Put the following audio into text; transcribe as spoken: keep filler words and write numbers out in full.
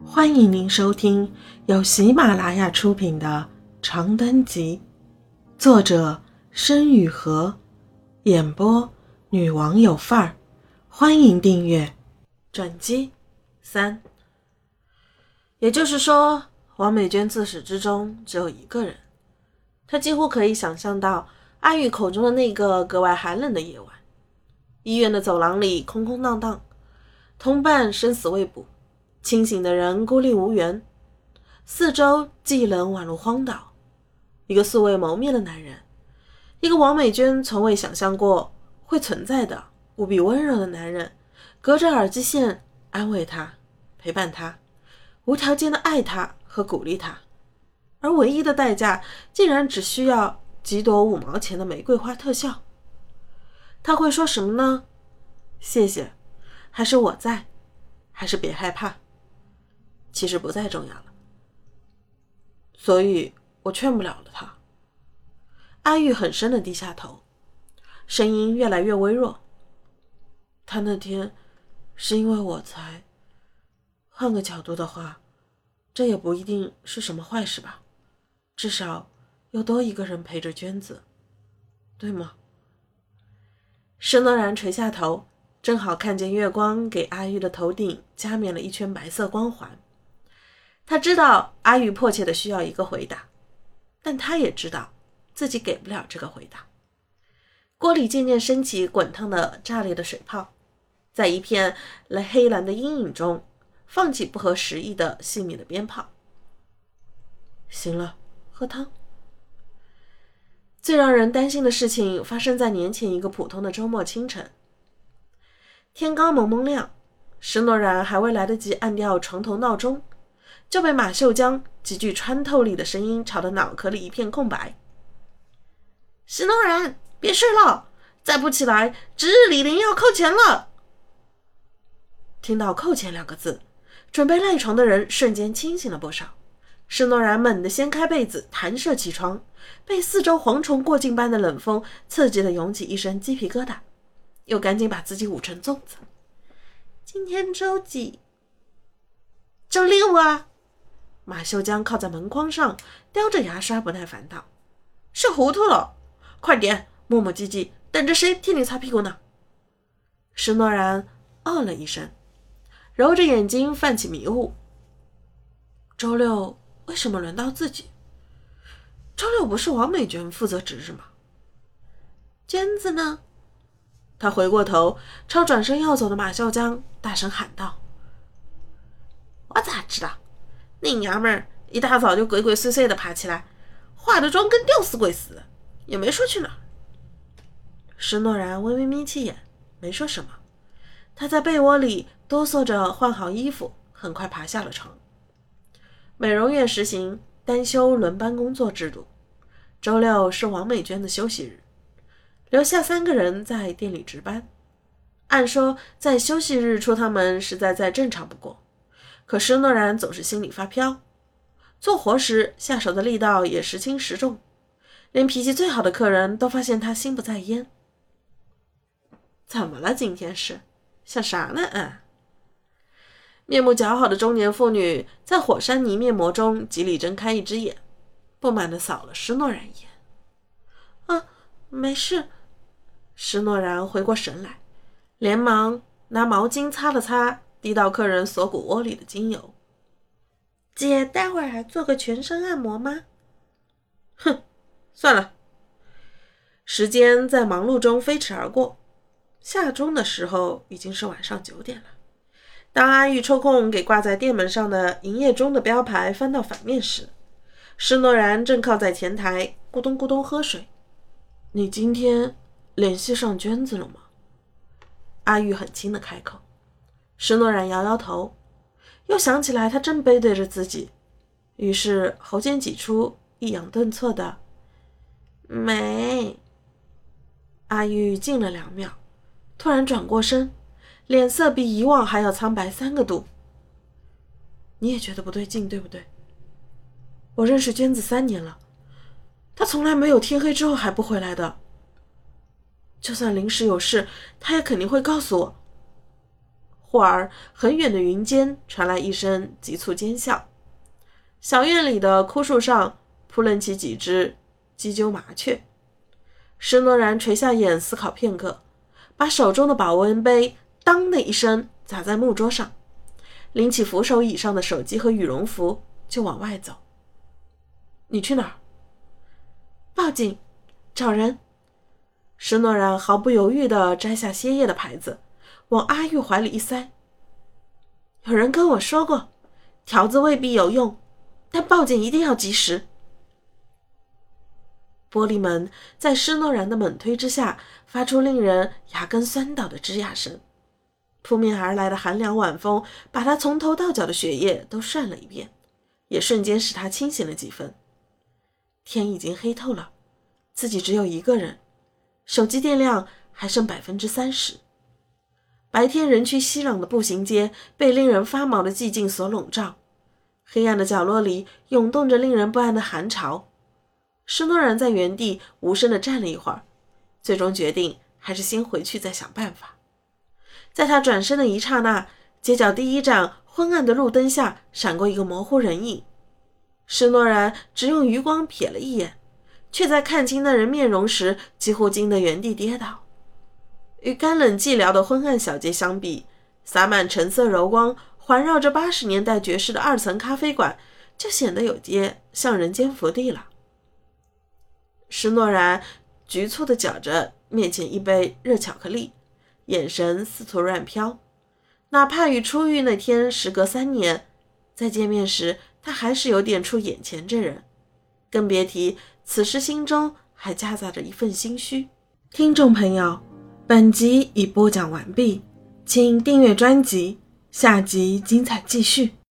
欢迎您收听由喜马拉雅出品的《长灯集》，作者申雨禾，演播女王有范儿。欢迎订阅。转机三。也就是说，王美娟自始至终只有一个人。她几乎可以想象到阿玉口中的那个格外寒冷的夜晚，医院的走廊里空空荡荡，同伴生死未卜，清醒的人孤立无援，四周寂冷宛如荒岛。一个素未谋面的男人，一个王美娟从未想象过会存在的无比温柔的男人，隔着耳机线安慰他，陪伴他，无条件的爱他和鼓励他，而唯一的代价竟然只需要几朵五毛钱的玫瑰花特效。他会说什么呢？谢谢，还是我在，还是别害怕？其实不再重要了。所以我劝不了了他。阿玉很深的低下头，声音越来越微弱。他那天是因为我才……换个角度的话，这也不一定是什么坏事吧，至少又多一个人陪着娟子，对吗？施诺然垂下头，正好看见月光给阿玉的头顶加冕了一圈白色光环。他知道阿玉迫切的需要一个回答，但他也知道自己给不了这个回答。锅里渐渐升起滚烫的炸裂的水泡，在一片黑蓝的阴影中放起不合时宜的细密的鞭炮。行了，喝汤。最让人担心的事情发生在年前一个普通的周末清晨。天刚蒙蒙亮，施诺然还未来得及按掉床头闹钟，就被马秀江极具穿透力的声音吵得脑壳里一片空白。施诺然，别睡了，再不起来，值日李林要扣钱了。听到扣钱两个字，准备赖床的人瞬间清醒了不少。施诺然猛地掀开被子，弹射起床，被四周蝗虫过境般的冷风刺激的涌起一身鸡皮疙瘩，又赶紧把自己捂成粽子。今天周几？周六啊！马秀江靠在门框上，叼着牙刷不耐烦道：“是糊涂了，快点，磨磨唧唧，等着谁替你擦屁股呢？”施诺然哦了一声，揉着眼睛泛起迷雾。周六为什么轮到自己？周六不是王美娟负责值日吗？娟子呢？他回过头，朝转身要走的马秀江大声喊道：“我咋知道？那娘们儿一大早就鬼鬼祟祟的爬起来，化的妆跟吊死鬼似的，也没说去哪儿。”施诺然微微眯起眼，没说什么。他在被窝里哆嗦着换好衣服，很快爬下了床。美容院实行单休轮班工作制度，周六是王美娟的休息日，留下三个人在店里值班。按说在休息日出趟门实在再正常不过，可施诺然总是心里发飘，做活时下手的力道也时轻时重，连脾气最好的客人都发现他心不在焉。怎么了今天是？想啥呢啊？面目姣好的中年妇女在火山泥面膜中极力睁开一只眼，不满地扫了施诺然一眼。啊，没事。施诺然回过神来，连忙拿毛巾擦了擦滴到客人锁骨窝里的精油。姐，待会儿还做个全身按摩吗？哼，算了。时间在忙碌中飞驰而过，下钟的时候已经是晚上九点了。当阿玉抽空给挂在店门上的营业中的标牌翻到反面时，施诺然正靠在前台咕咚咕咚喝水。你今天联系上娟子了吗？阿玉很轻的开口。施诺然摇摇头，又想起来他正背对着自己，于是喉间挤出抑扬顿挫的没。阿玉静了两秒，突然转过身，脸色比以往还要苍白三个度。你也觉得不对劲，对不对？我认识娟子三年了，她从来没有天黑之后还不回来的。就算临时有事，她也肯定会告诉我。 忽而很远的云间传来一声急促尖笑，小院里的枯树上扑棱起几只鸡鸠麻雀。施诺然垂下眼思考片刻，把手中的保温杯当的一声砸在木桌上，拎起扶手椅上的手机和羽绒服就往外走。你去哪儿？报警，找人。施诺然毫不犹豫地摘下歇业的牌子，往阿玉怀里一塞。有人跟我说过，条子未必有用，但报警一定要及时。玻璃门在施诺然的猛推之下，发出令人牙根酸倒的吱呀声。扑面而来的寒凉晚风把他从头到脚的血液都涮了一遍，也瞬间使他清醒了几分。天已经黑透了，自己只有一个人，手机电量还剩 百分之三十。 白天人区熙攘的步行街被令人发毛的寂静所笼罩，黑暗的角落里涌动着令人不安的寒潮。施诺然在原地无声地站了一会儿，最终决定还是先回去再想办法。在他转身的一刹那，街角第一盏昏暗的路灯下闪过一个模糊人影。施诺然只用余光瞥了一眼，却在看清那人面容时几乎惊得原地跌倒。与干冷寂寥的昏暗小街相比，洒满橙色柔光环绕着八十年代爵士的二层咖啡馆就显得有些像人间福地了。施诺然局促地搅着面前一杯热巧克力，眼神四处乱飘。哪怕与初遇那天时隔三年，再见面时他还是有点触眼前这人，更别提此时心中还夹杂着一份心虚。听众朋友，本集已播讲完毕，请订阅专辑，下集精彩继续。